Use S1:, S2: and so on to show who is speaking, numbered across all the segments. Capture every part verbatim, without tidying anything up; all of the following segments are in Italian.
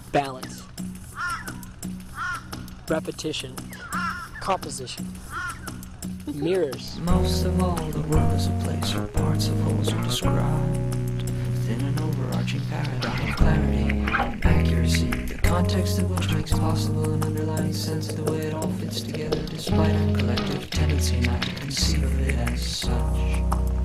S1: balance, repetition, composition, mirrors.
S2: Most of all, the world is a place where parts of wholes are described within an overarching paradigm of clarity and accuracy, the context of which makes possible an underlying sense of the way it all fits together, despite our collective tendency not to conceive of it as such.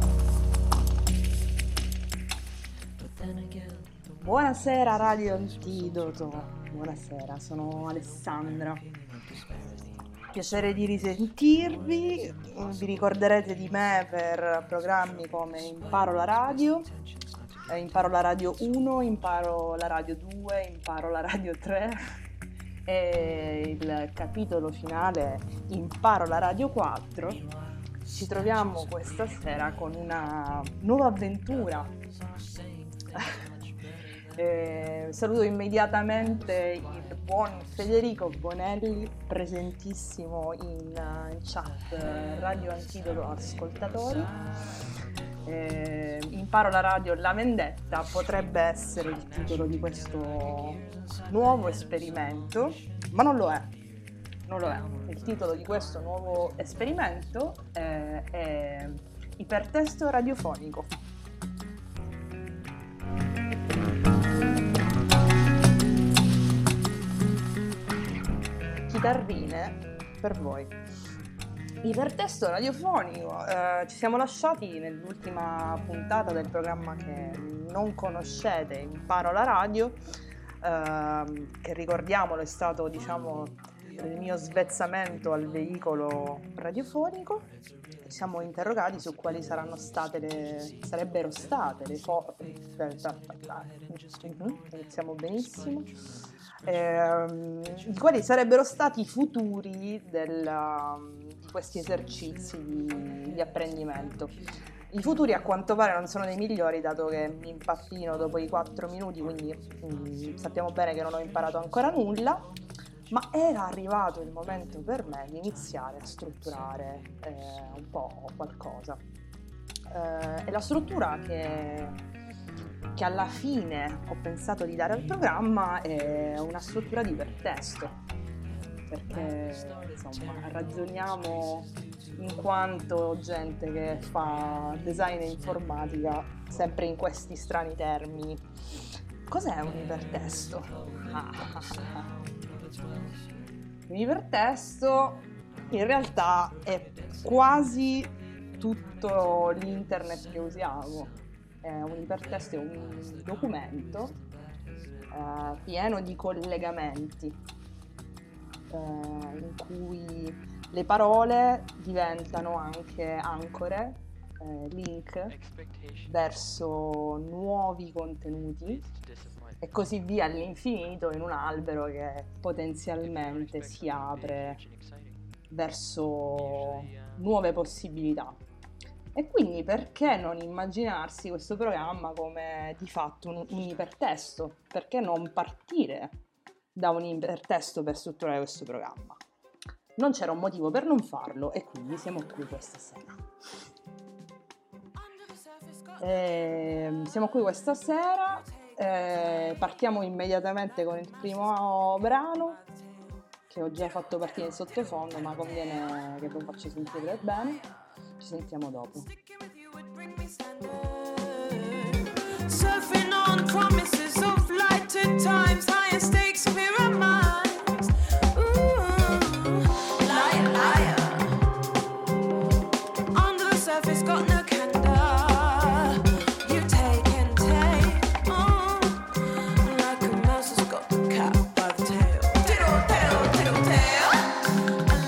S2: But then again,
S3: Buonasera Radio Antidoto, buonasera, sono Alessandra. Piacere di risentirvi, vi ricorderete di me per programmi come Imparo la Radio, eh, Imparo la Radio uno, Imparo la Radio due, Imparo la Radio tre e il capitolo finale Imparo la Radio quattro. Ci troviamo questa sera con una nuova avventura. Eh, saluto immediatamente il buon Federico Bonelli, presentissimo in, uh, in chat uh, Radio Antidoto ascoltatori. Eh, Imparo la radio, la vendetta potrebbe essere il titolo di questo nuovo esperimento, ma non lo è. Non lo è. Il titolo di questo nuovo esperimento è, è Ipertesto radiofonico. Chitarrine per voi. Ipertesto radiofonico, eh, ci siamo lasciati nell'ultima puntata del programma che non conoscete, Imparo la radio, eh, che ricordiamolo è stato, diciamo, il mio svezzamento al veicolo radiofonico. Ci siamo interrogati su quali saranno state le sarebbero state le fo- iniziamo benissimo eh, quali sarebbero stati i futuri del, di questi esercizi di, di apprendimento. I futuri a quanto pare non sono dei migliori, dato che mi impappino dopo i quattro minuti, quindi mh, sappiamo bene che non ho imparato ancora nulla. Ma era arrivato il momento per me di iniziare a strutturare eh, un po' qualcosa. Eh, e la struttura che, che alla fine ho pensato di dare al programma è una struttura di ipertesto, perché insomma ragioniamo in quanto gente che fa design e informatica sempre in questi strani termini. Cos'è un ipertesto? Un ipertesto in realtà è quasi tutto l'internet che usiamo. È un ipertesto è un documento eh, pieno di collegamenti eh, in cui le parole diventano anche ancore, eh, link verso nuovi contenuti e così via all'infinito, in un albero che potenzialmente si apre verso nuove possibilità. E quindi perché non immaginarsi questo programma come di fatto un, un ipertesto? Perché non partire da un ipertesto per strutturare questo programma? Non c'era un motivo per non farlo e quindi siamo qui questa sera. E siamo qui questa sera. Eh, partiamo immediatamente con il primo brano che ho già fatto partire in sottofondo, ma conviene che lo faccia sentire bene. Ci sentiamo dopo. Surfing on promises of lighter times, higher stakes, clearer minds. Ooh, liar, liar. Under the surface, got no candor.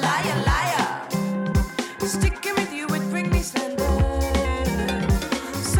S3: Sticking with you would bring me slender.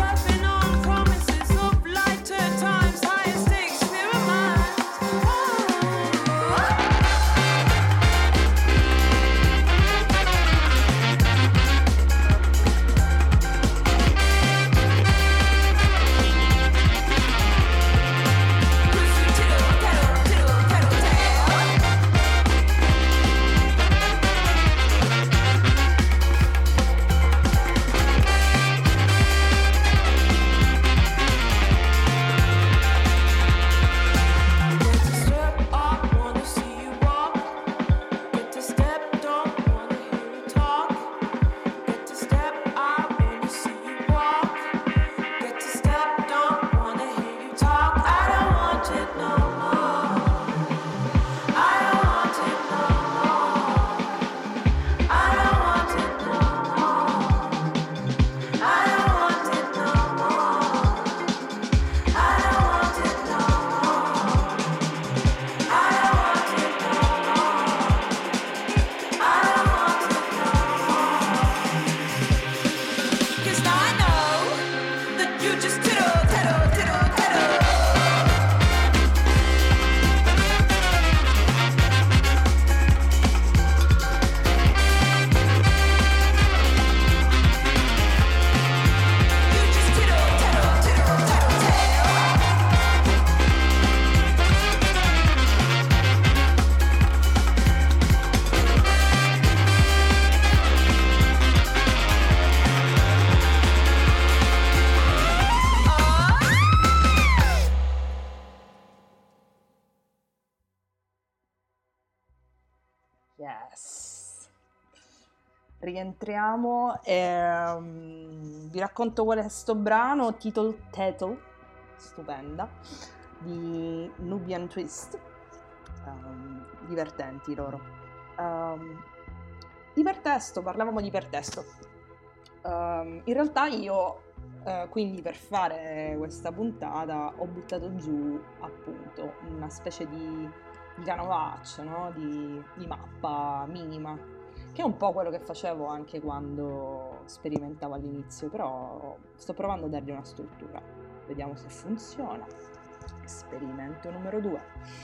S3: Yes. Rientriamo e um, vi racconto qual è sto brano, Tittle Tattle, stupenda, di Nubian Twist. Um, divertenti loro. Um, ipertesto, parlavamo di ipertesto. Um, in realtà io, uh, quindi per fare questa puntata, ho buttato giù appunto una specie di, di canovaccio, no? di, di mappa minima, che è un po' quello che facevo anche quando sperimentavo all'inizio, però sto provando a dargli una struttura. Vediamo se funziona. Esperimento numero due.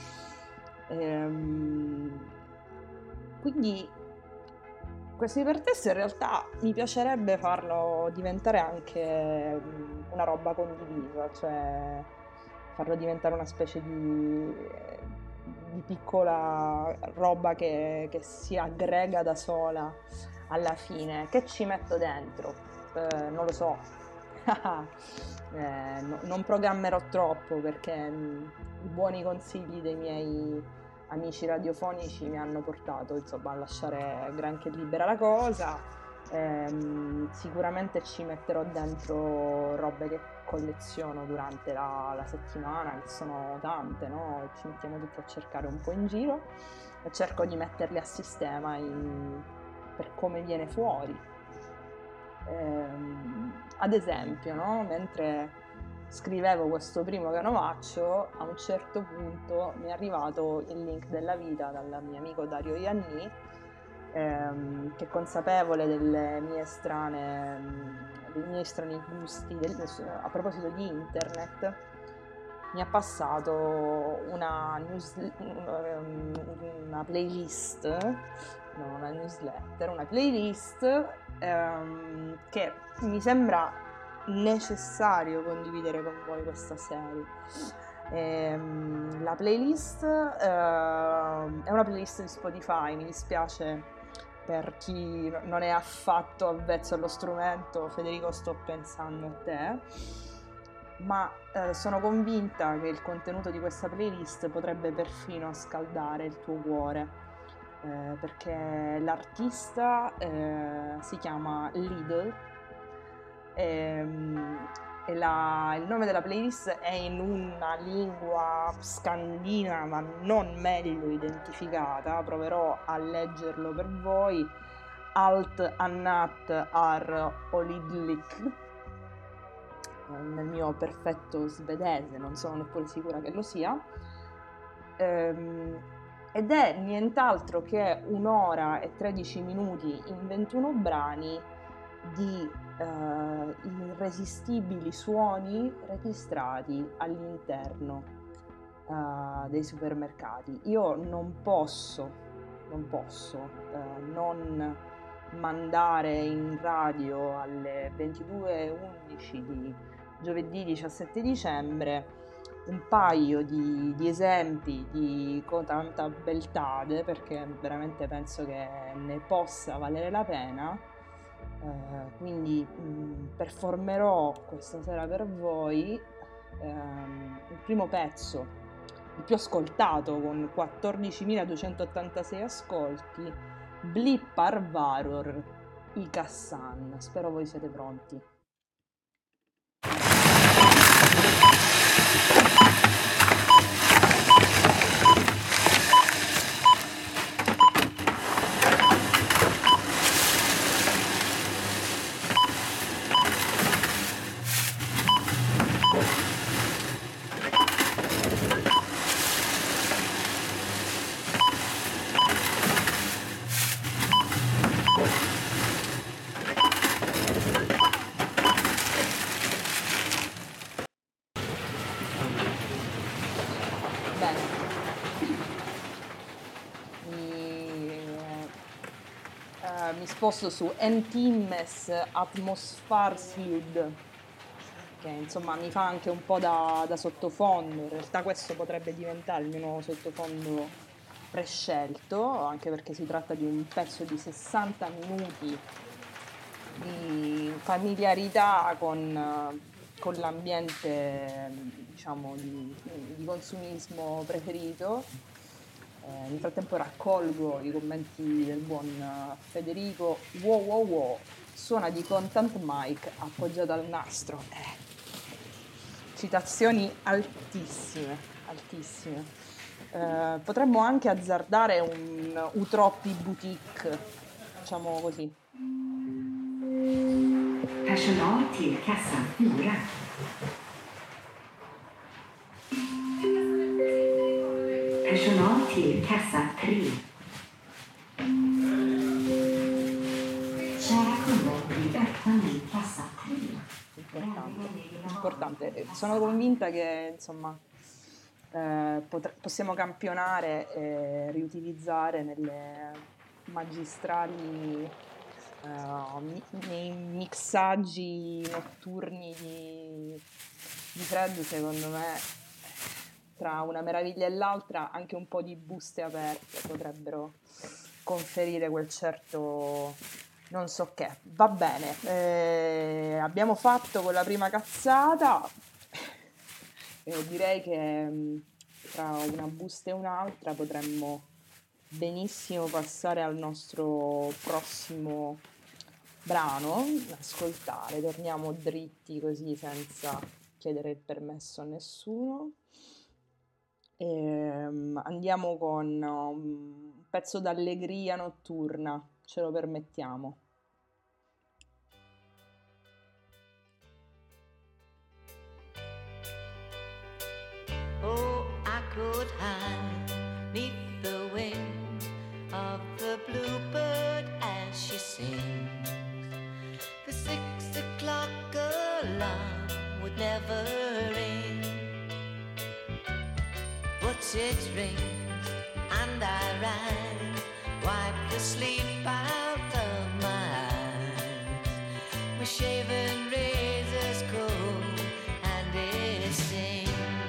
S3: Ehm, quindi questo ipertesto in realtà mi piacerebbe farlo diventare anche una roba condivisa, cioè farlo diventare una specie di, di piccola roba che, che si aggrega da sola alla fine. Che ci metto dentro? Eh, non lo so. eh, no, non programmerò troppo perché mh, i buoni consigli dei miei amici radiofonici mi hanno portato insomma a lasciare granché libera la cosa. Ehm, sicuramente ci metterò dentro robe che colleziono durante la, la settimana, che sono tante, no? Ci mettiamo tutti a cercare un po' in giro e cerco di metterle a sistema in, per come viene fuori. Ehm, ad esempio, no? Mentre scrivevo questo primo canovaccio, a un certo punto mi è arrivato il link della vita dal mio amico Dario Ianni, ehm, che consapevole delle mie strane, dei miei strani gusti, del, a proposito di internet, mi ha passato una, news, una playlist, non una newsletter, una playlist ehm, che mi sembra necessario condividere con voi questa serie. Ehm, la playlist ehm, è una playlist di Spotify, mi dispiace per chi non è affatto avvezzo allo strumento, Federico, sto pensando a te, ma eh, sono convinta che il contenuto di questa playlist potrebbe perfino scaldare il tuo cuore, eh, perché l'artista eh, si chiama Lidl. Ehm, e la, il nome della playlist è in una lingua scandinava non meglio identificata, proverò a leggerlo per voi. Alt annat ar olidlik, nel mio perfetto svedese, non sono neppure sicura che lo sia, ehm, ed è nient'altro che un'ora e tredici minuti in ventuno brani di uh, irresistibili suoni registrati all'interno uh, dei supermercati. Io non posso, non posso uh, non mandare in radio alle ventidue e undici di giovedì diciassette dicembre un paio di, di esempi di tanta beltade, perché veramente penso che ne possa valere la pena. Uh, quindi mh, performerò questa sera per voi um, il primo pezzo, il più ascoltato con quattordicimiladuecentottantasei ascolti, Blippar Varor, i Kassan. Spero voi siete pronti. Mi sposto su Entimmes Atmosfarsljud, che insomma mi fa anche un po' da, da sottofondo. In realtà questo potrebbe diventare il mio nuovo sottofondo prescelto, anche perché si tratta di un pezzo di sessanta minuti di familiarità con, con l'ambiente, diciamo, di, di consumismo preferito. Eh, nel frattempo raccolgo i commenti del buon Federico. Wow wow wow, suona di Content Mike appoggiato al nastro. Eh. Citazioni altissime, altissime. Eh, potremmo anche azzardare un Utroppi boutique, facciamo così.
S4: Personal till kassa fyra. Personal till kassa tre. Kära kunder, vi öppnar nu kassa tre.
S3: Importante, importante. Sono convinta che insomma eh, potre- possiamo campionare e riutilizzare nelle magistrali, eh, mi- nei mixaggi notturni di, di Fred. Secondo me, tra una meraviglia e l'altra, anche un po' di buste aperte potrebbero conferire quel certo non so che. Va bene, eh, abbiamo fatto con la prima cazzata. Eh, direi che mh, tra una busta e un'altra potremmo benissimo passare al nostro prossimo brano, ascoltare. Torniamo dritti così senza chiedere il permesso a nessuno. Ehm, andiamo con um, un pezzo d'allegria notturna, ce lo permettiamo.
S5: Oh, I could hide neath the wing of the bluebird as she sings. The six o'clock alarm would never ring, but it rings and I rise, wipe the sleep out of my eyes. My shaven razor's cold and it sings.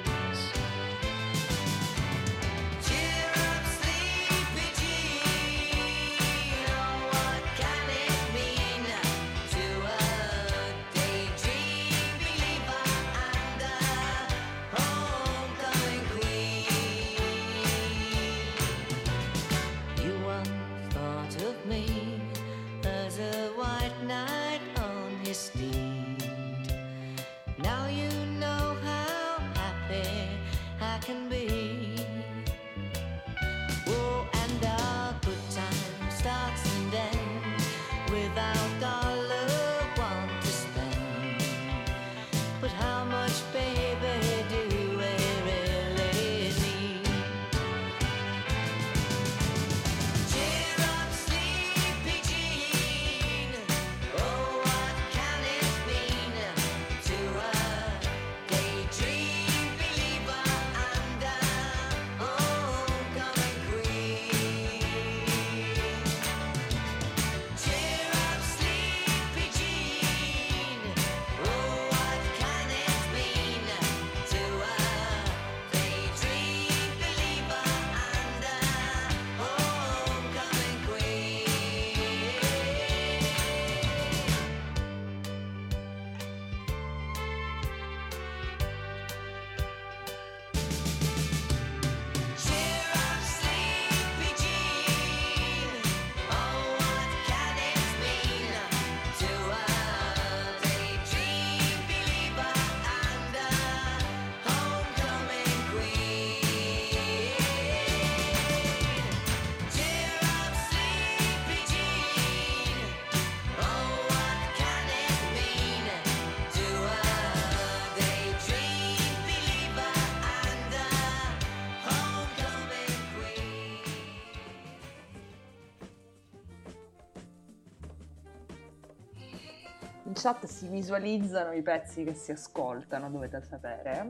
S3: In chat si visualizzano i pezzi che si ascoltano, dovete sapere,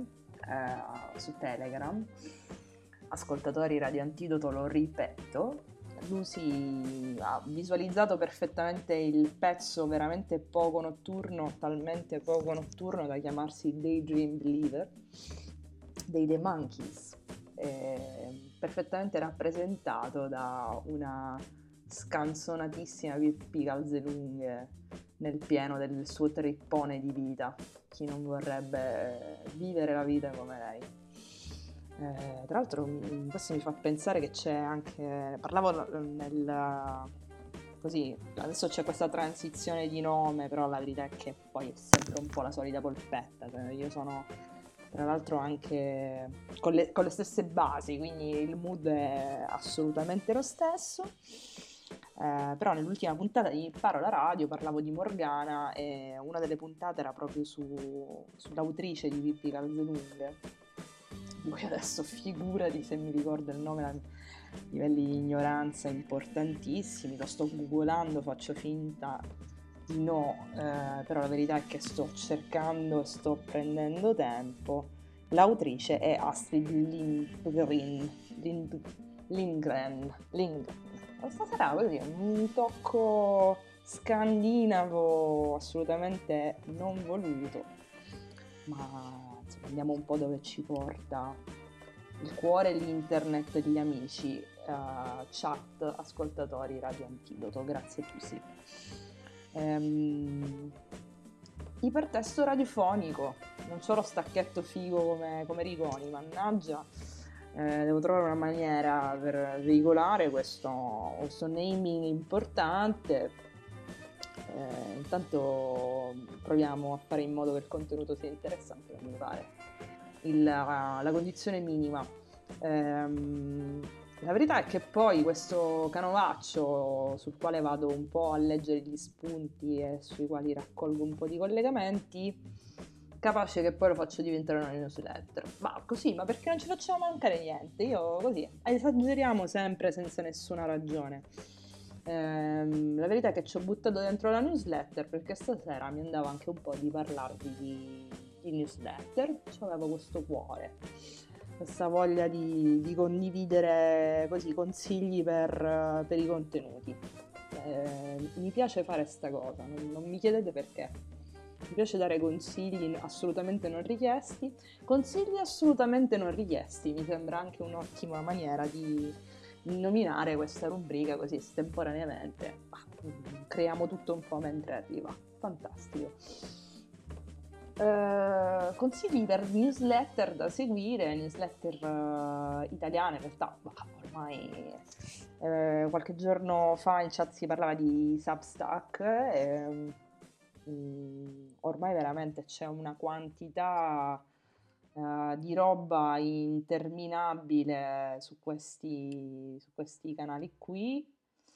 S3: eh, su Telegram. Ascoltatori Radio Antidoto, lo ripeto, Lucy ha visualizzato perfettamente il pezzo veramente poco notturno, talmente poco notturno da chiamarsi Daydream Believer dei The Monkees, eh, perfettamente rappresentato da una scanzonatissima Pippi Calzelunghe nel pieno del suo trippone di vita. Chi non vorrebbe vivere la vita come lei? Eh, tra l'altro mi- questo mi fa pensare che c'è anche, parlavo nel, così, adesso c'è questa transizione di nome, però la verità è che poi è sempre un po' la solita polpetta, cioè io sono tra l'altro anche con le, con le stesse basi, quindi il mood è assolutamente lo stesso. Eh, però nell'ultima puntata di Imparo la radio parlavo di Morgana e una delle puntate era proprio su, sull'autrice di Pippi Calzelunghe. Voi adesso figurati se mi ricordo il nome a livelli di ignoranza importantissimi, lo sto googolando, faccio finta di no, eh, però la verità è che sto cercando e sto prendendo tempo. L'autrice è Astrid Lindgren, Lind- Lindgren, Lindgren. Stasera così, un tocco scandinavo assolutamente non voluto, ma insomma, andiamo un po' dove ci porta il cuore, l'internet e gli amici, uh, chat, ascoltatori, Radio Antidoto, grazie Pusi. Ehm, ipertesto radiofonico, non c'ho lo stacchetto figo come, come Rigoni, mannaggia. Eh, devo trovare una maniera per veicolare questo, questo naming importante. Eh, intanto proviamo a fare in modo che il contenuto sia interessante, mi pare il, la, la condizione minima. Ehm, la verità è che poi questo canovaccio sul quale vado un po' a leggere gli spunti e sui quali raccolgo un po' di collegamenti, capace che poi lo faccio diventare una newsletter. Ma così, ma perché non ci facciamo mancare niente? Io così, esageriamo sempre senza nessuna ragione. Ehm, la verità è che ci ho buttato dentro la newsletter perché stasera mi andava anche un po' di parlarvi di, di newsletter, avevo questo cuore, questa voglia di, di condividere così consigli per, per i contenuti. Eh, mi piace fare sta cosa, non, non mi chiedete perché. Mi piace dare consigli assolutamente non richiesti, consigli assolutamente non richiesti, mi sembra anche un'ottima maniera di nominare questa rubrica così estemporaneamente. Ah, creiamo tutto un po' mentre arriva, fantastico. Uh, consigli per newsletter da seguire, newsletter uh, italiane in realtà, bah, ormai uh, qualche giorno fa in chat si parlava di Substack e um, ormai veramente c'è una quantità uh, di roba interminabile su questi, su questi canali qui.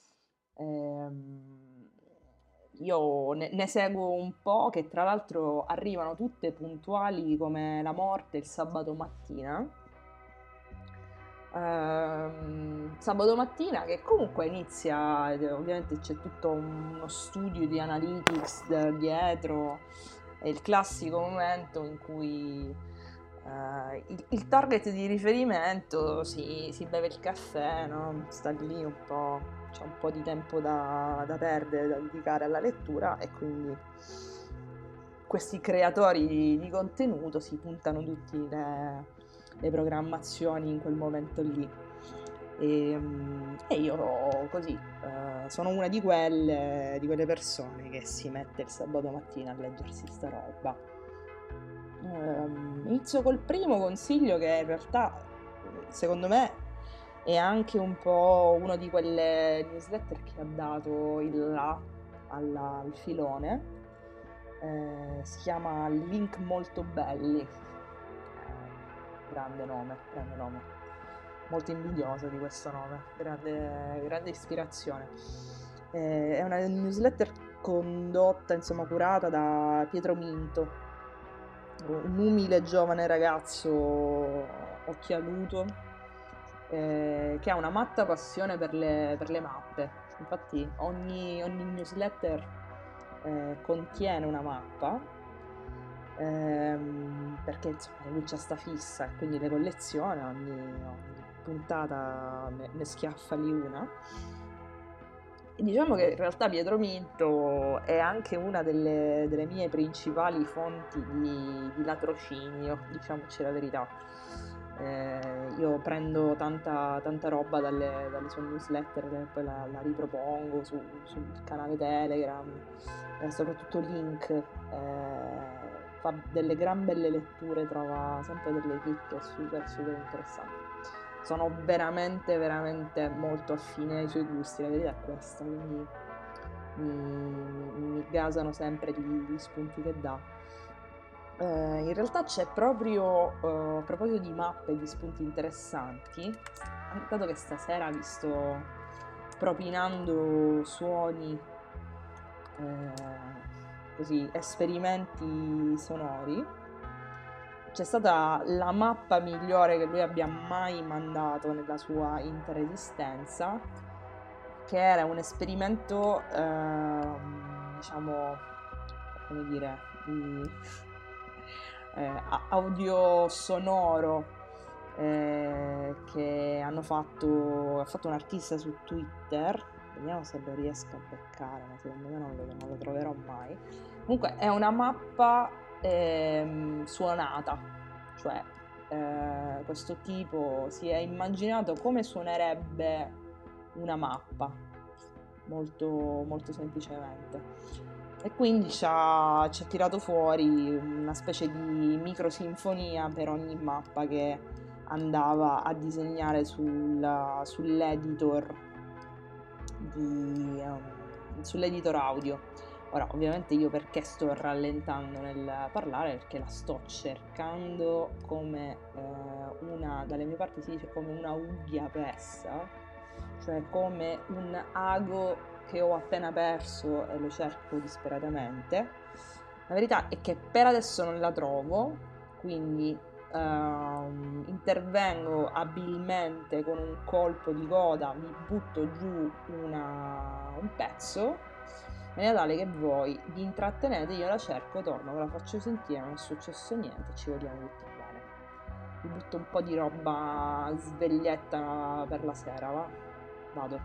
S3: Um, Io ne, ne seguo un po' che tra l'altro arrivano tutte puntuali come la morte il sabato mattina. Ehm, sabato mattina che comunque inizia, ovviamente c'è tutto uno studio di analytics dietro, è il classico momento in cui eh, il, il target di riferimento si, si beve il caffè, no? Sta lì un po', c'è un po' di tempo da, da perdere, da dedicare alla lettura e quindi questi creatori di, di contenuto si puntano tutti le, le programmazioni in quel momento lì. E, e io così uh, sono una di quelle, di quelle persone che si mette il sabato mattina a leggersi sta roba. Um, inizio col primo consiglio che in realtà secondo me è anche un po' uno di quelle newsletter che ha dato il là alla, al filone. Eh, si chiama Link Molto Belli, grande nome, grande nome, molto invidioso di questo nome, grande, grande ispirazione. Eh, è una newsletter condotta, insomma curata da Pietro Minto, un umile giovane ragazzo occhialuto eh, che ha una matta passione per le, per le mappe. Infatti ogni, ogni newsletter Eh, contiene una mappa ehm, perché insomma lui c'ha sta fissa e quindi le colleziona, ogni, ogni puntata ne, ne schiaffa lì una e diciamo che in realtà Pietro Minto è anche una delle, delle mie principali fonti di, di latrocinio, diciamoci la verità. Eh, io prendo tanta, tanta roba dalle, dalle sue newsletter e poi la, la ripropongo su, sul canale Telegram, eh, soprattutto link, eh, fa delle gran belle letture, trova sempre delle chicche super super interessanti. Sono veramente veramente molto affine ai suoi gusti, la verità è questa, quindi mi, mi gasano sempre gli, gli spunti che dà. Eh, in realtà c'è proprio, eh, a proposito di mappe e di spunti interessanti, dato che stasera vi sto propinando suoni, eh, così, esperimenti sonori, c'è stata la mappa migliore che lui abbia mai mandato nella sua intera esistenza, che era un esperimento, ehm, diciamo, come dire, di eh, audio sonoro eh, che hanno fatto, ha fatto un artista su Twitter. Vediamo se lo riesco a beccare, ma secondo me non lo, non lo troverò mai. Comunque è una mappa ehm, suonata, cioè eh, questo tipo si è immaginato come suonerebbe una mappa, molto, molto semplicemente. E quindi ci ha, ci ha tirato fuori una specie di microsinfonia per ogni mappa che andava a disegnare sul, sull'editor di, um, sull'editor audio. Ora, ovviamente io perché sto rallentando nel parlare? Perché la sto cercando come eh, una, dalle mie parti si dice come una unghia persa, cioè come un ago che ho appena perso e lo cerco disperatamente. La verità è che per adesso non la trovo, quindi ehm, intervengo abilmente con un colpo di coda, vi butto giù una, un pezzo, in maniera tale che voi vi intrattenete, io la cerco, torno, ve la faccio sentire, non è successo niente, ci vediamo tutti bene. Vi butto un po' di roba sveglietta per la sera, va? Vado.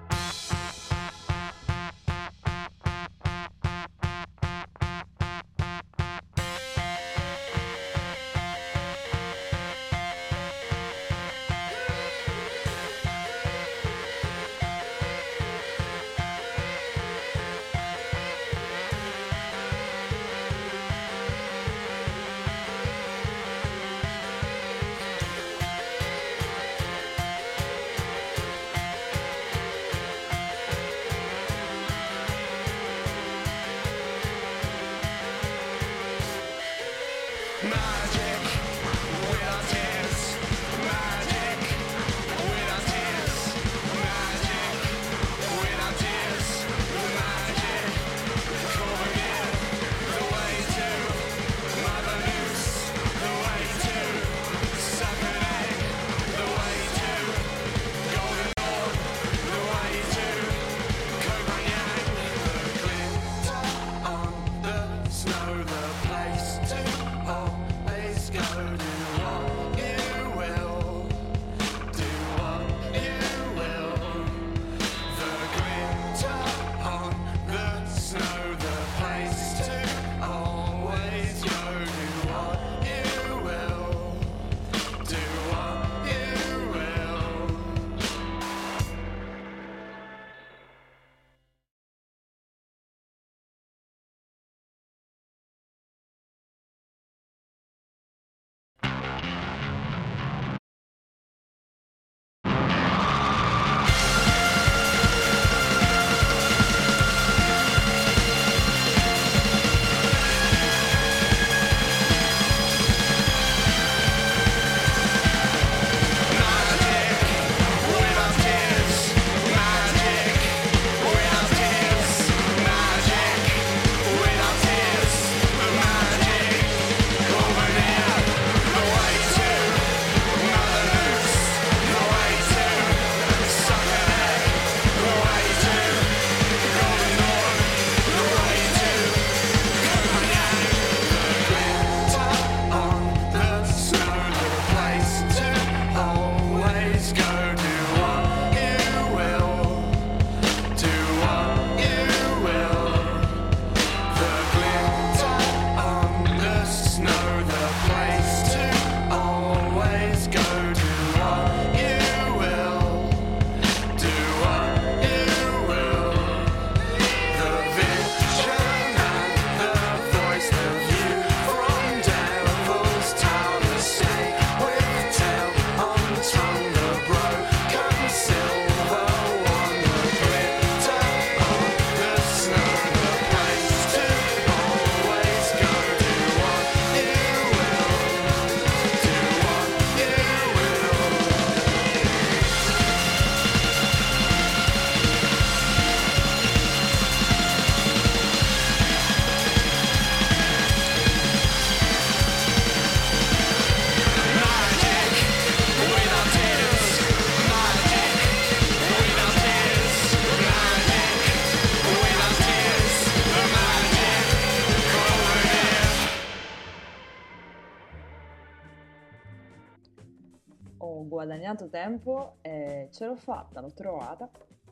S3: ho guadagnato tempo e ce l'ho fatta, l'ho trovata.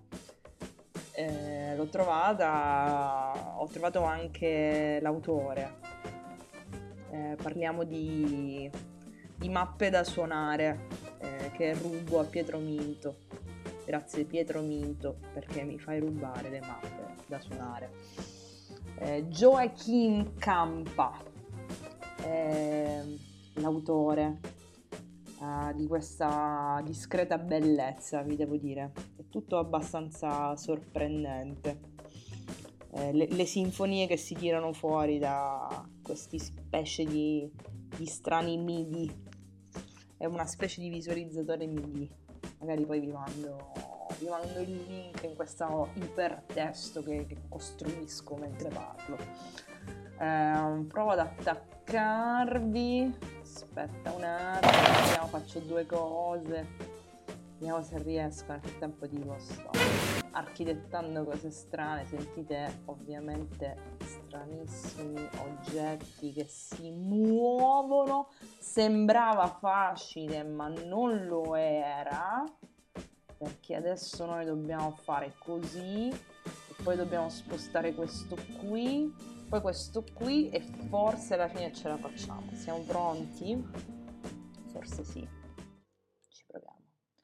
S3: Eh, l'ho trovata, ho trovato anche l'autore. Eh, parliamo di, di mappe da suonare eh, che rubo a Pietro Minto. Grazie Pietro Minto perché mi fai rubare le mappe da suonare. Eh, Joachim Campa, eh, l'autore uh, di questa discreta bellezza, vi devo dire. È tutto abbastanza sorprendente. Eh, le, le sinfonie che si tirano fuori da questi specie di, di strani midi. È una specie di visualizzatore midi. Magari poi vi mando, vi mando il link in questo ipertesto che, che costruisco mentre parlo. Eh, provo ad attaccarvi. Aspetta un attimo, vediamo, faccio due cose. Vediamo se riesco. Nel frattempo tipo sto architettando cose strane. Sentite ovviamente stranissimi oggetti che si muovono. Sembrava facile ma non lo era, perché adesso noi dobbiamo fare così e poi dobbiamo spostare questo qui, poi questo qui e forse alla fine ce la facciamo. Siamo pronti? Forse sì, ci proviamo.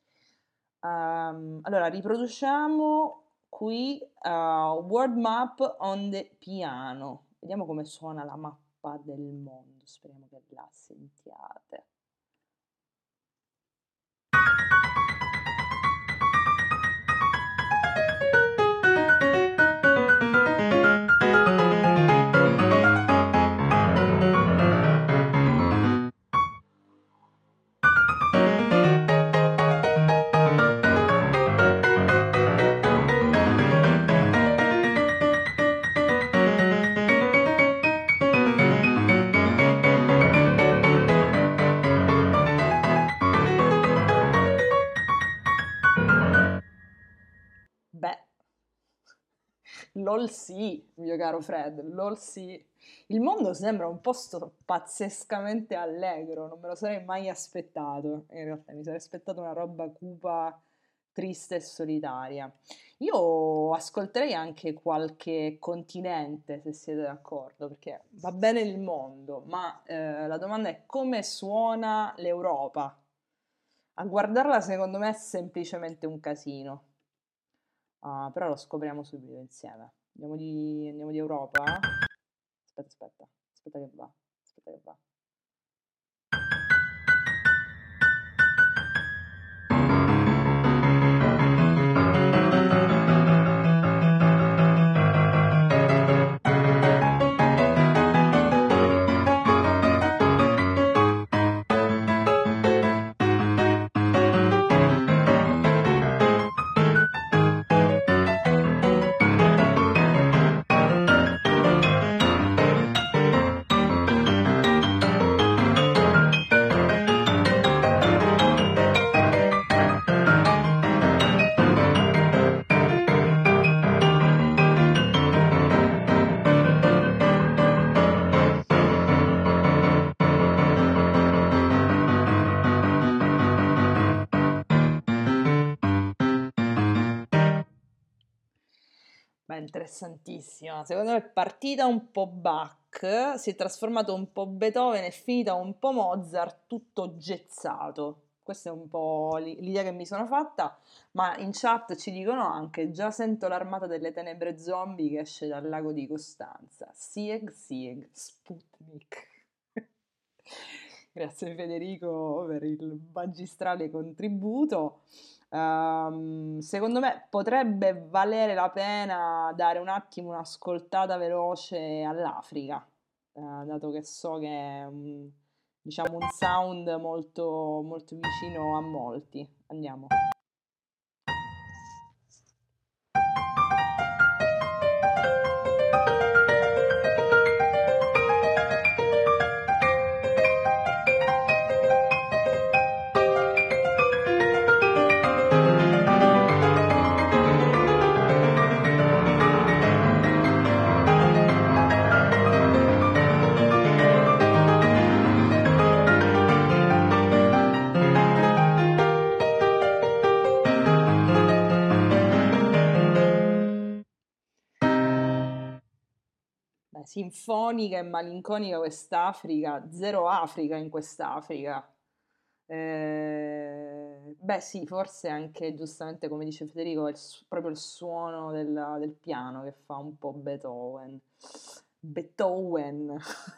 S3: Um, allora riproduciamo qui uh, World Map on the piano. Vediamo come suona la mappa del mondo. Speriamo che la sentiate. LOL sì, mio caro Fred, LOL sì. Il mondo sembra un posto pazzescamente allegro, non me lo sarei mai aspettato. In realtà mi sarei aspettato una roba cupa, triste e solitaria. Io ascolterei anche qualche continente, se siete d'accordo, perché va bene il mondo, ma eh, la domanda è come suona l'Europa? A guardarla secondo me è semplicemente un casino. Uh, però lo scopriamo subito insieme. Andiamo di, andiamo di Europa. Aspetta, aspetta, aspetta che va. Aspetta che va. Interessantissima, secondo me è partita un po' Bach, si è trasformato un po' Beethoven, è finita un po' Mozart, tutto gezzato. Questa è un po' l'idea che mi sono fatta, ma in chat ci dicono anche: già sento l'armata delle tenebre zombie che esce dal lago di Costanza. Sieg Sieg, Sputnik. Grazie Federico per il magistrale contributo. Um, secondo me potrebbe valere la pena dare un attimo un'ascoltata veloce all'Africa, uh, dato che so che è un, diciamo un sound molto, molto vicino a molti. Andiamo. sinfonica e malinconica quest'Africa, zero Africa in quest'Africa. Eh, beh sì, forse anche giustamente come dice Federico è il su- proprio il suono del, del piano che fa un po' Beethoven. Beethoven.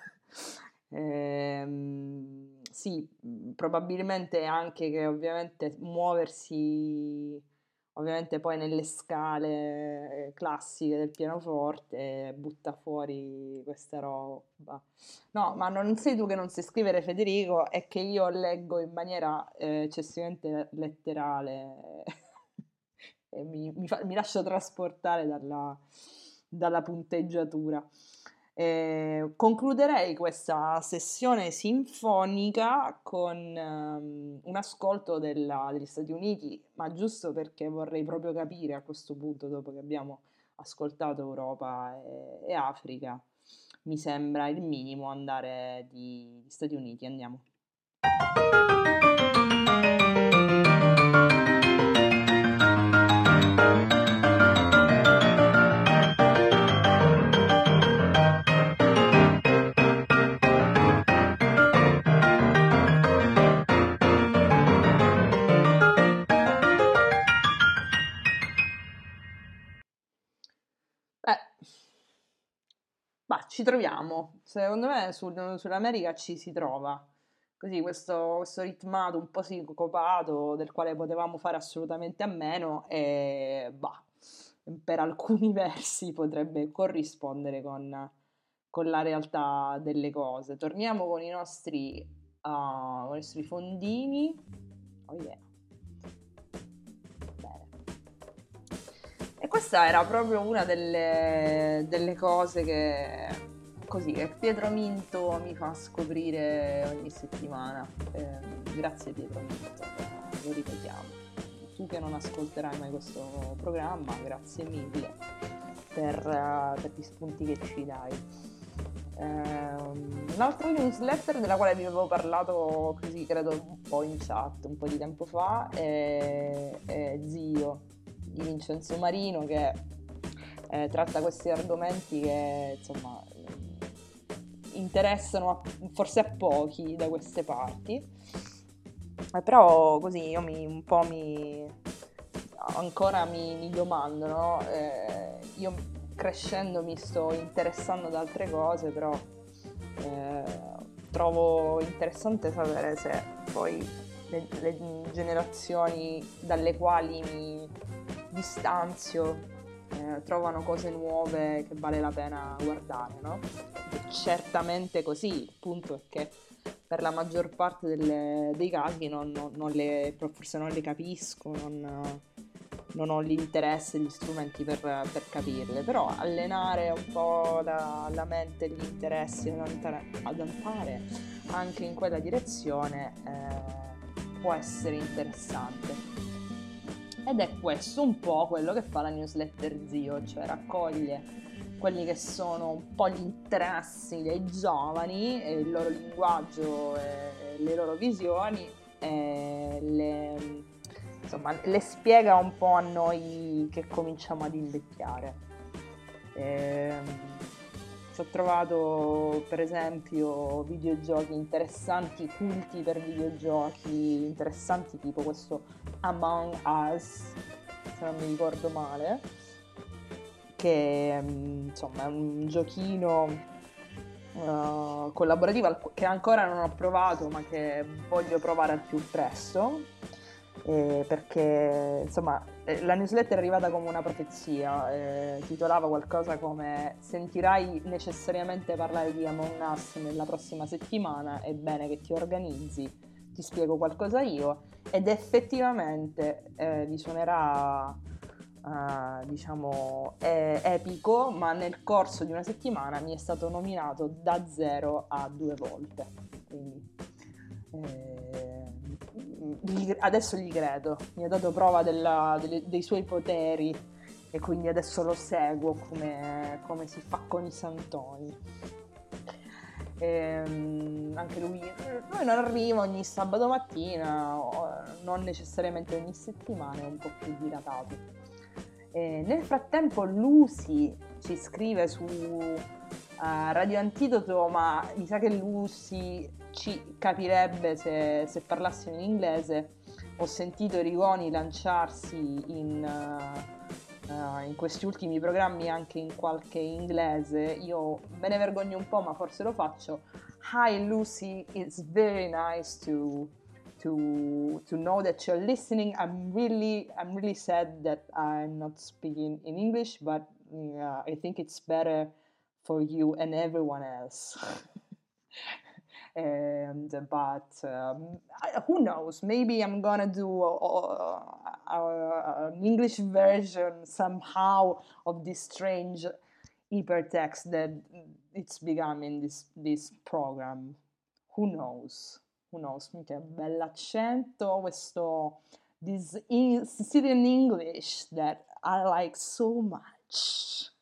S3: Ehm, sì, mh, probabilmente anche che ovviamente muoversi ovviamente poi nelle scale eh, classiche del pianoforte butta fuori questa roba. No, ma non sei tu che non sai scrivere, Federico, è che io leggo in maniera eh, eccessivamente letterale e mi, mi fa- mi lascio trasportare dalla, dalla punteggiatura. Eh, concluderei questa sessione sinfonica con ehm, un ascolto della- degli Stati Uniti, ma giusto perché vorrei proprio capire a questo punto, dopo che abbiamo ascoltato Europa e, e Africa, mi sembra il minimo andare di, di Stati Uniti. Andiamo. Beh, ma ci troviamo. Secondo me sul- sull'America ci si trova. Così questo, questo ritmato un po' sincopato del quale potevamo fare assolutamente a meno e bah, per alcuni versi potrebbe corrispondere con, con la realtà delle cose. Torniamo con i nostri, ah, con i nostri fondini. Oh yeah. Bene. E questa era proprio una delle, delle cose che, così, che Pietro Minto mi fa scoprire ogni settimana. Eh, grazie Pietro Minto, eh, lo ripetiamo. Tu che non ascolterai mai questo programma, grazie mille per, eh, per gli spunti che ci dai. Ehm, un'altra newsletter della quale vi avevo parlato così credo un po' in chat un po' di tempo fa è, è Zio di Vincenzo Marino che eh, tratta questi argomenti che insomma interessano a- forse a pochi da queste parti. Eh, però così io mi, un po' mi ancora mi, mi domando, no? Eh, io crescendo mi sto interessando ad altre cose, però eh, trovo interessante sapere se poi le, le generazioni dalle quali mi distanzio eh, trovano cose nuove che vale la pena guardare, no? Ed è certamente così, il punto è che per la maggior parte delle- dei casi non, non- non le, forse non le capisco, non, non ho l'interesse e gli strumenti per, per capirle, però allenare un po' la, la mente e gli interessi ad andare, ad andare anche in quella direzione eh, può essere interessante. Ed è questo un po' quello che fa la newsletter Zio, cioè raccoglie quelli che sono un po' gli interessi dei giovani, e il loro linguaggio e le loro visioni, e le, insomma, le spiega un po' a noi che cominciamo ad invecchiare. Ehm, ci ho trovato per esempio videogiochi interessanti, culti per videogiochi interessanti, tipo questo Among Us, se non mi ricordo male, che mm, insomma è un giochino uh, collaborativo al- che ancora non ho provato ma che voglio provare al più presto, eh, perché insomma eh, la newsletter è arrivata come una profezia, eh, titolava qualcosa come sentirai necessariamente parlare di Among Us nella prossima settimana, è bene che ti organizzi, ti spiego qualcosa io, ed effettivamente eh, vi suonerà Uh, diciamo è epico, ma nel corso di una settimana mi è stato nominato da zero a due volte, quindi eh, gli- adesso gli credo, mi ha dato prova della- delle- dei suoi poteri e quindi adesso lo seguo come, come si fa con i santoni. Ehm, anche lui, lui non arriva ogni sabato mattina, o- non necessariamente ogni settimana, è un po' più dilatato. Eh, nel frattempo Lucy ci scrive su uh, Radio Antidoto, ma mi sa che Lucy ci capirebbe se, se parlassimo in inglese. Ho sentito Rigoni lanciarsi in, uh, uh, in questi ultimi programmi anche in qualche inglese. Io me ne vergogno un po', ma forse lo faccio. Hi Lucy, it's very nice to to to know that you're listening. I'm really I'm really sad that I'm not speaking in English, but uh, I think it's better for you and everyone else. And but um, I, who knows? Maybe I'm gonna do a, a, a, an English version somehow of this strange hypertext that it's becoming this this program. Who knows? Who knows? Che bell'accento, questo this in, Sicilian English that I like so much.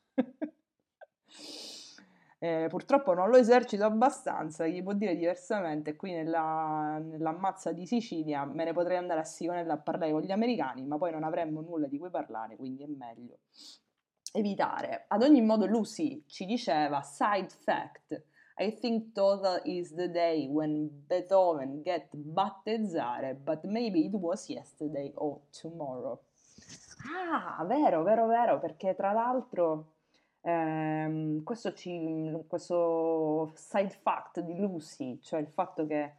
S3: Eh, purtroppo non lo esercito abbastanza, chi può dire diversamente, qui nella, nell'ammazza di Sicilia me ne potrei andare a Sigonella a parlare con gli americani, ma poi non avremmo nulla di cui parlare, quindi è meglio evitare. Ad ogni modo Lucy ci diceva, side fact, I think total is the day when Beethoven get battezzare, but maybe it was yesterday or tomorrow. Ah, vero, vero, vero, perché tra l'altro ehm, questo, ci, questo side fact di Lucy, cioè il fatto che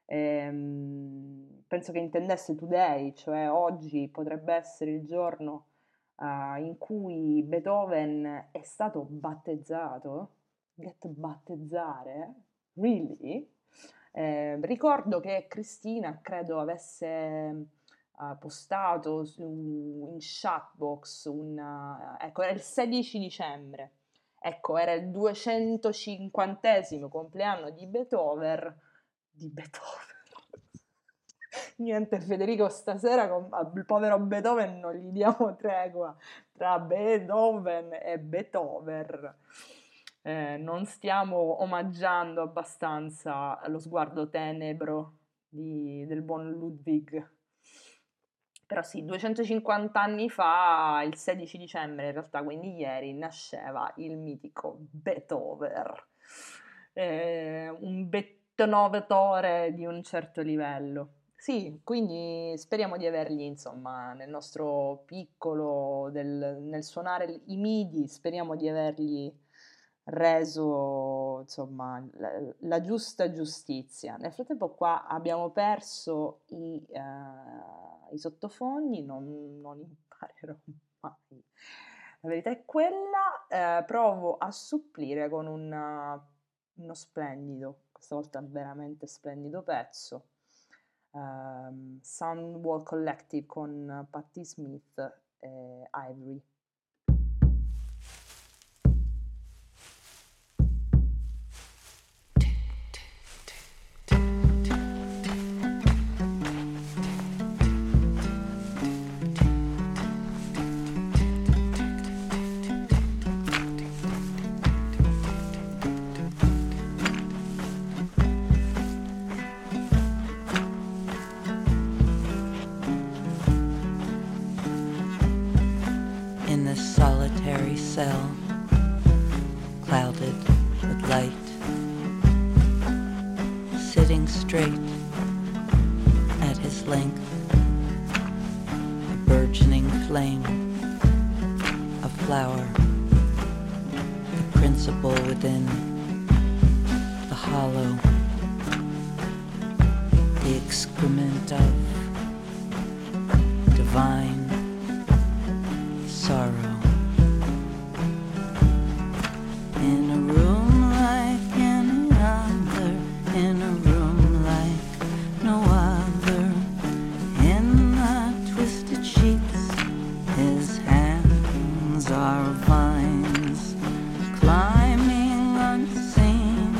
S3: ehm, penso che intendesse today, cioè oggi potrebbe essere il giorno uh, in cui Beethoven è stato battezzato. Get battezzare? Really? Eh, ricordo che Cristina credo avesse uh, postato su, in chatbox un uh, ecco, era il sedici dicembre, ecco, era il duecentocinquantesimo compleanno di Beethoven di Beethoven niente Federico, stasera con il povero Beethoven non gli diamo tregua tra Beethoven e Beethoven. Eh, non stiamo omaggiando abbastanza lo sguardo tenebro di, del buon Ludwig. Però sì, duecentocinquanta anni fa, il sedici dicembre in realtà, quindi ieri, nasceva il mitico Beethoven, eh, un bettonovatore di un certo livello. Sì, quindi speriamo di avergli, insomma, nel nostro piccolo, del, nel suonare i midi, speriamo di avergli reso, insomma, la, la giusta giustizia. Nel frattempo qua abbiamo perso i, uh, i sottofondi, non, non imparerò mai. La verità è quella, eh, provo a supplire con una, uno splendido, questa volta veramente splendido pezzo, um, Soundwall Collective con Patti Smith e Ivory.
S2: Cell, clouded with light, sitting straight at his length, a burgeoning flame, a flower, the principle within, the hollow, the excrement of divine sorrow. In a room like any other, in a room like no other, in the twisted sheets, his hands are vines, climbing unseen,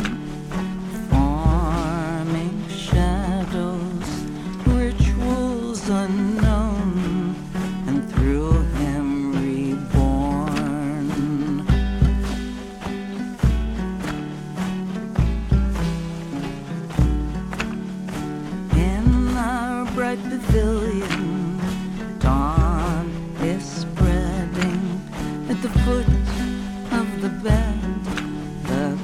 S2: forming shadows, rituals unknown, and through him reborn. Bright pavilion, dawn is spreading at the foot of the bed. The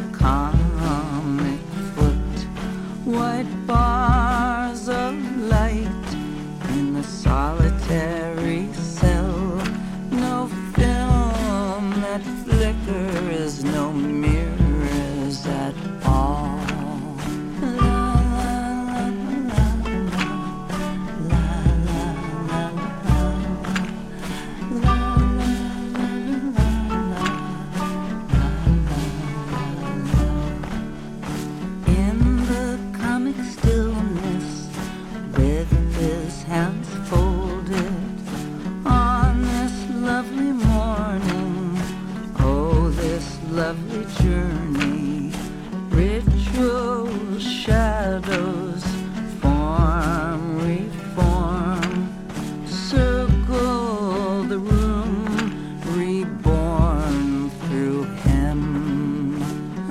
S2: light in the solitary cell. No film that flickers, no mirrors at all. Hands folded on this lovely morning, oh, this lovely journey. Ritual shadows form, reform, circle the room, reborn through him.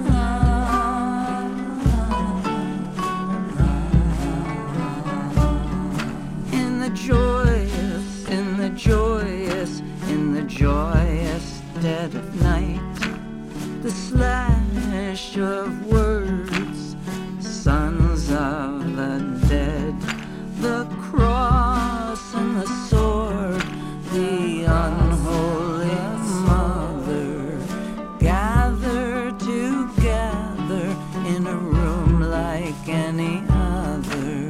S2: In the joyous, in the joyous, in the joyous dead of night, the slash of words, sons of the dead, the cross and the sword, the unholy mother, gather together in a room like any other.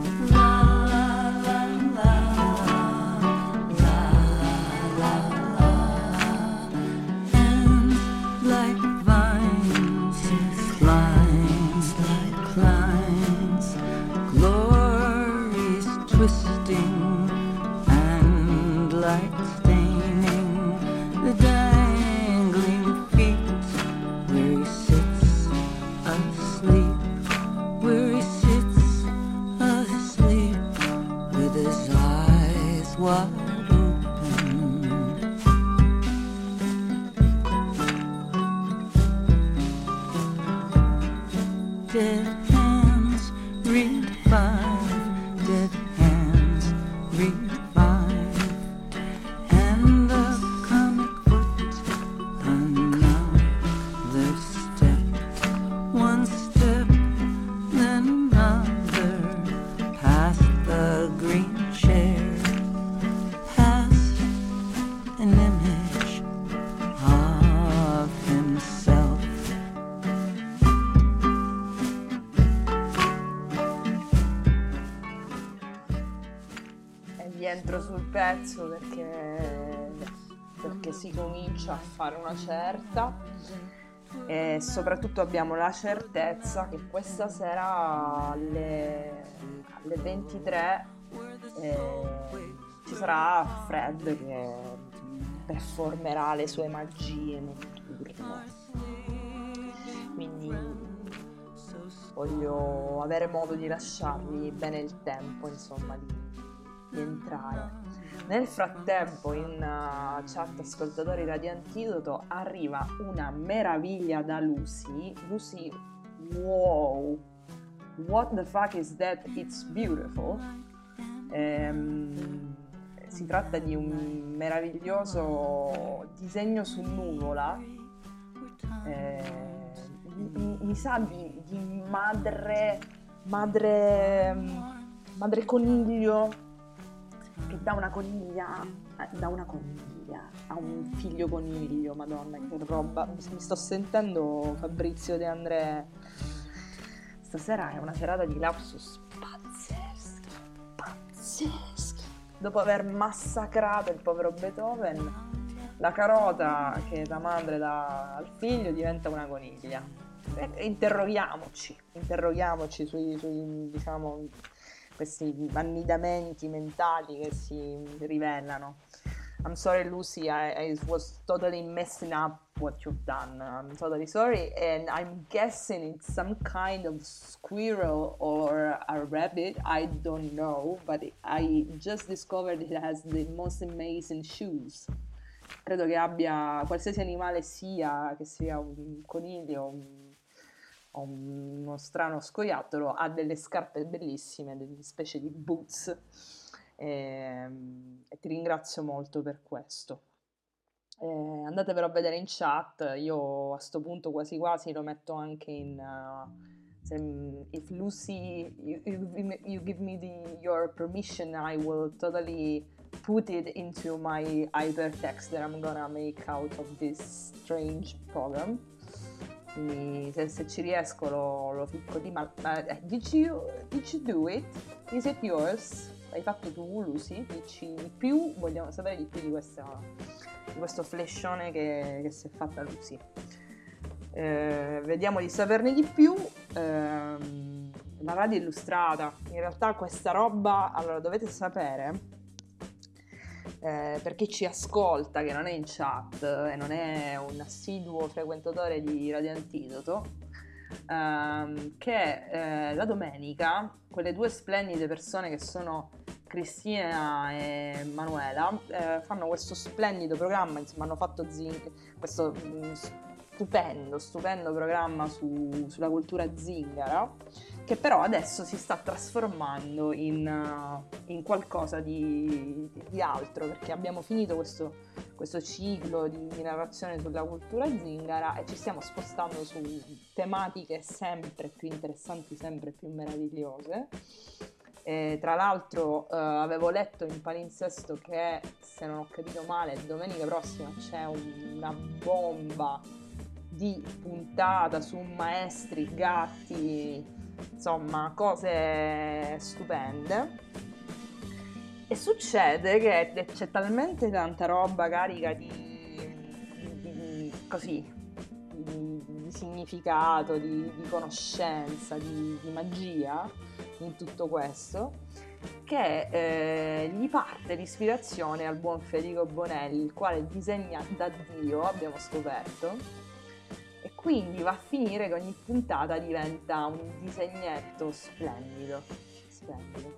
S2: Twisting and like staining the dangling feet where he sits asleep, where he sits asleep with his eyes wide open. Dead hands read five, dead hands read five, and the comic foot another step, one step then another, past the green chair, past an image of himself.
S3: Entro sul pezzo perché, perché si comincia a fare una certa e soprattutto abbiamo la certezza che questa sera alle, alle ventitré eh, ci sarà Fred che performerà le sue magie notturne, quindi voglio avere modo di lasciarvi bene il tempo, insomma, di di entrare. Nel frattempo in uh, chat ascoltatori Radio Antidoto arriva una meraviglia da Lucy. Lucy, wow, what the fuck is that? It's beautiful. Ehm, si tratta di un meraviglioso disegno su nuvola, eh, mi, mi sa di, di madre madre madre coniglio che dà una coniglia da una coniglia a un figlio coniglio. Madonna, che roba, mi sto sentendo Fabrizio De André. Stasera è una serata di lapsus pazzeschi pazzeschi. Dopo aver massacrato il povero Beethoven, la carota che da madre dà al figlio diventa una coniglia. E interroghiamoci interroghiamoci sui, sui diciamo questi annidamenti mentali che si rivelano. I'm sorry Lucy, I, I was totally messing up what you've done. I'm totally sorry, and I'm guessing it's some kind of squirrel or a rabbit, I don't know, but I just discovered it has the most amazing shoes. Credo che abbia, qualsiasi animale sia, che sia un coniglio, un o uno strano scoiattolo, ha delle scarpe bellissime, delle specie di boots, e, e ti ringrazio molto per questo. Eh, andatevelo a vedere in chat, io a sto punto quasi quasi lo metto anche in, uh, Se, if Lucy, you, you, you give me the, your permission, I will totally put it into my hypertext that I'm gonna make out of this strange program. Quindi se, se ci riesco lo, lo ficco di ma, ma eh, did you, did you do it? Is it yours? L'hai fatto tu, Lucy? Dici di più, vogliamo sapere di più di, questa, di questo flashone che, che si è fatta Lucy. Eh, vediamo di saperne di più. Eh, la radio illustrata, in realtà questa roba, allora dovete sapere, eh, per chi ci ascolta che non è in chat e non è un assiduo frequentatore di Radio Antidoto, ehm, che eh, la domenica quelle due splendide persone che sono Cristina e Manuela eh, fanno questo splendido programma, insomma hanno fatto zing- questo mh, stupendo, stupendo programma su, sulla cultura zingara, che però adesso si sta trasformando in, uh, in qualcosa di, di altro, perché abbiamo finito questo, questo ciclo di, di narrazione sulla cultura zingara e ci stiamo spostando su tematiche sempre più interessanti, sempre più meravigliose. E tra l'altro uh, avevo letto in palinsesto che, se non ho capito male, domenica prossima c'è un, una bomba di puntata su maestri, gatti, insomma cose stupende. E succede che c'è talmente tanta roba carica di, di, di così di, di significato, di, di conoscenza, di, di magia in tutto questo, che eh, gli parte l'ispirazione al buon Federico Bonelli, il quale disegna da Dio, abbiamo scoperto, e quindi va a finire che ogni puntata diventa un disegnetto splendido, splendido.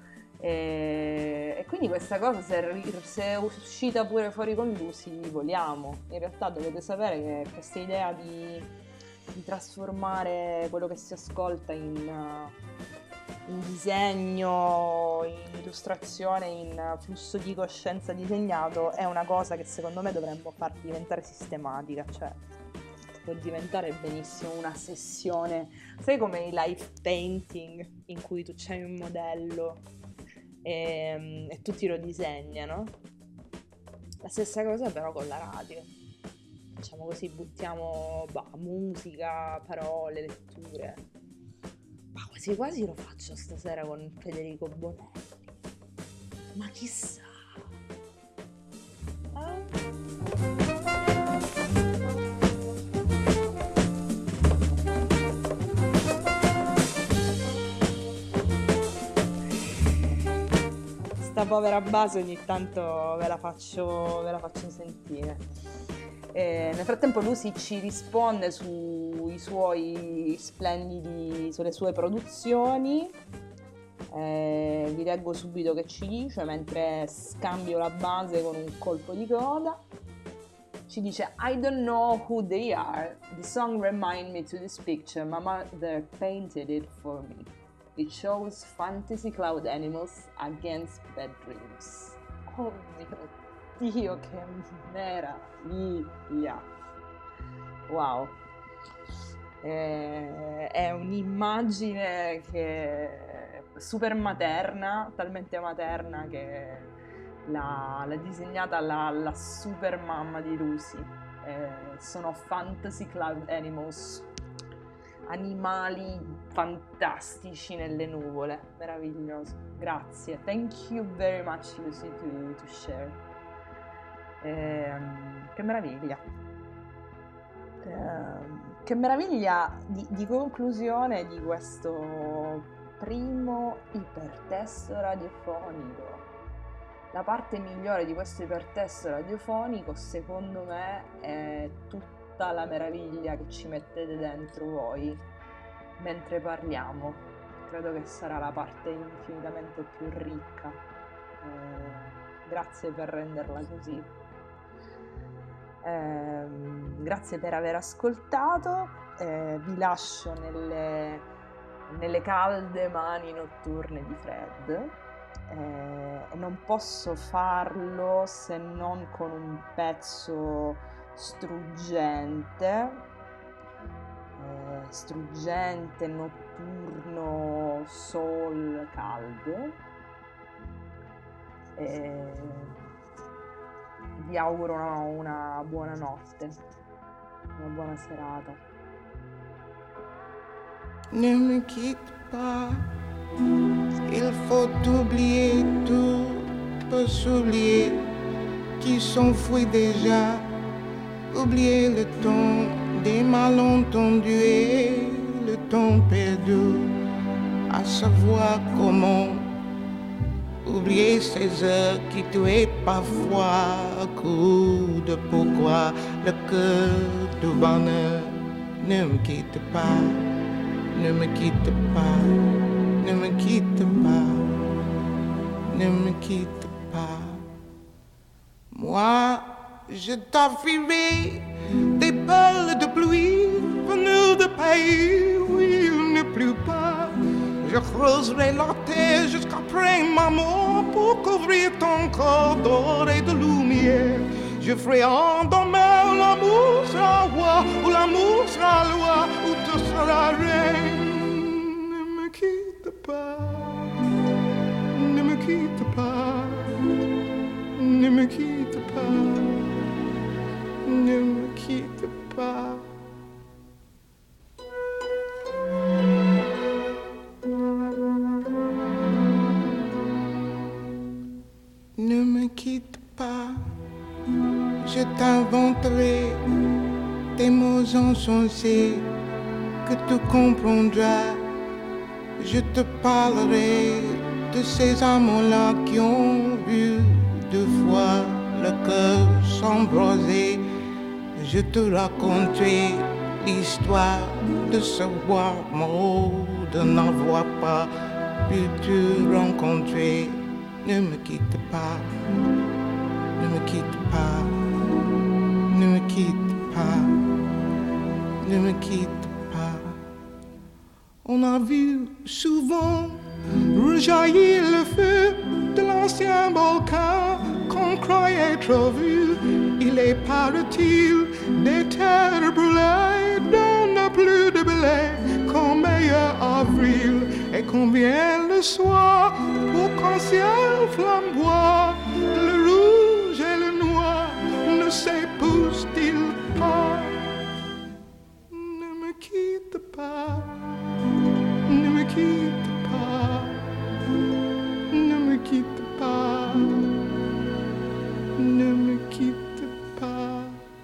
S3: E, e quindi questa cosa, se, se è uscita pure fuori con Lucy, vogliamo. In realtà dovete sapere che questa idea di, di trasformare quello che si ascolta in, in disegno, in illustrazione, in flusso di coscienza disegnato è una cosa che secondo me dovremmo far diventare sistematica, cioè può diventare benissimo una sessione, sai, come i live painting in cui tu c'hai un modello e, e tutti lo disegnano. La stessa cosa però con la radio, facciamo così, buttiamo bah, musica, parole, letture. Ma quasi quasi lo faccio stasera con Federico Bonelli, ma chissà. Sta povera base ogni tanto ve la faccio, ve la faccio sentire. E nel frattempo Lucy ci risponde sui suoi splendidi, sulle sue produzioni. E vi leggo subito che ci dice mentre scambio la base con un colpo di coda. Ci dice: I don't know who they are. The song remind me to this picture. My mother painted it for me. It shows fantasy cloud animals against bad dreams. Oh mio Dio, che meraviglia! Wow! Eh, è un'immagine che è super materna, talmente materna che l'ha, l'ha disegnata la, la super mamma di Lucy. Eh, sono fantasy cloud animals, animali fantastici nelle nuvole, meraviglioso. Grazie, thank you very much Lucy to, to share. Eh, che meraviglia, eh, che meraviglia di, di conclusione di questo primo ipertesto radiofonico. La parte migliore di questo ipertesto radiofonico, secondo me, è tutta la meraviglia che ci mettete dentro voi mentre parliamo. Credo che sarà la parte infinitamente più ricca. Eh, grazie per renderla così. Eh, grazie per aver ascoltato. Eh, vi lascio nelle, nelle calde mani notturne di Fred. Eh, non posso farlo se non con un pezzo struggente. Eh, struggente, notturno sol caldo. E vi auguro una, una buona notte, una buona serata.
S6: Ne me quitte pas, il faut oublier tout, peut s'oublier, qui s'enfuit déjà, oublier le temps des malentendus et le temps perdu, à savoir comment oublier ces heures qui tuaient parfois, coup de pourquoi le cœur du bonheur. Ne me quitte pas, ne me quitte pas, ne me quitte pas, ne me quitte pas. Moi, je t'offrirai des perles de pluie venues de pays où il ne pleut pas. Je creuserai la terre jusqu'après ma mort pour couvrir ton corps d'or et de lumière. Je ferai en demain l'amour sera roi, ou l'amour sera loi, ou tu seras reine. Ne me quitte pas, ne me quitte pas, ne me quitte pas, ne me quitte pas. Ne me quitte pas, je t'inventerai des mots insensés que tu comprendras. Je te parlerai de ces amants-là qui ont vu deux fois le cœur s'embraser. Je te raconterai l'histoire de ce roi mort, de n'avoir pas pu te rencontrer. Ne me quitte pas, ne me quitte pas, ne me quitte pas, ne me quitte pas. On a vu souvent rejaillir le feu de l'ancien volcan qu'on croyait trop vu. Il est, paraît-il, des terres brûlées, donne plus de blé qu'en meilleur avril. Et combien le soir, pour qu'un ciel flamboie, le rouge et le noir ne s'épousent-ils pas? Ne me quitte pas, ne me quitte pas, ne me quitte pas, ne me quitte pas.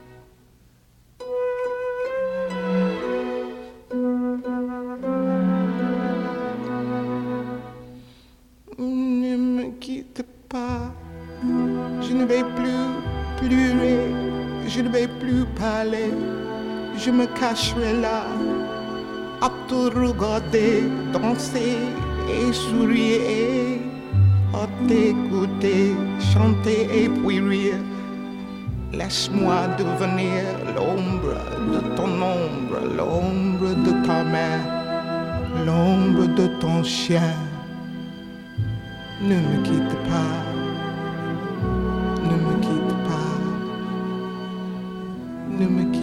S6: Ne me quitte pas, je ne vais plus pleurer, je ne vais plus parler, je me cacherai là, à te regarder, danser et sourire, à t'écouter, chanter et puis rire. Laisse-moi devenir l'ombre de ton ombre, l'ombre de ta main, l'ombre de ton chien. Ne me quitte pas, ne me quitte pas, ne me quitte pas.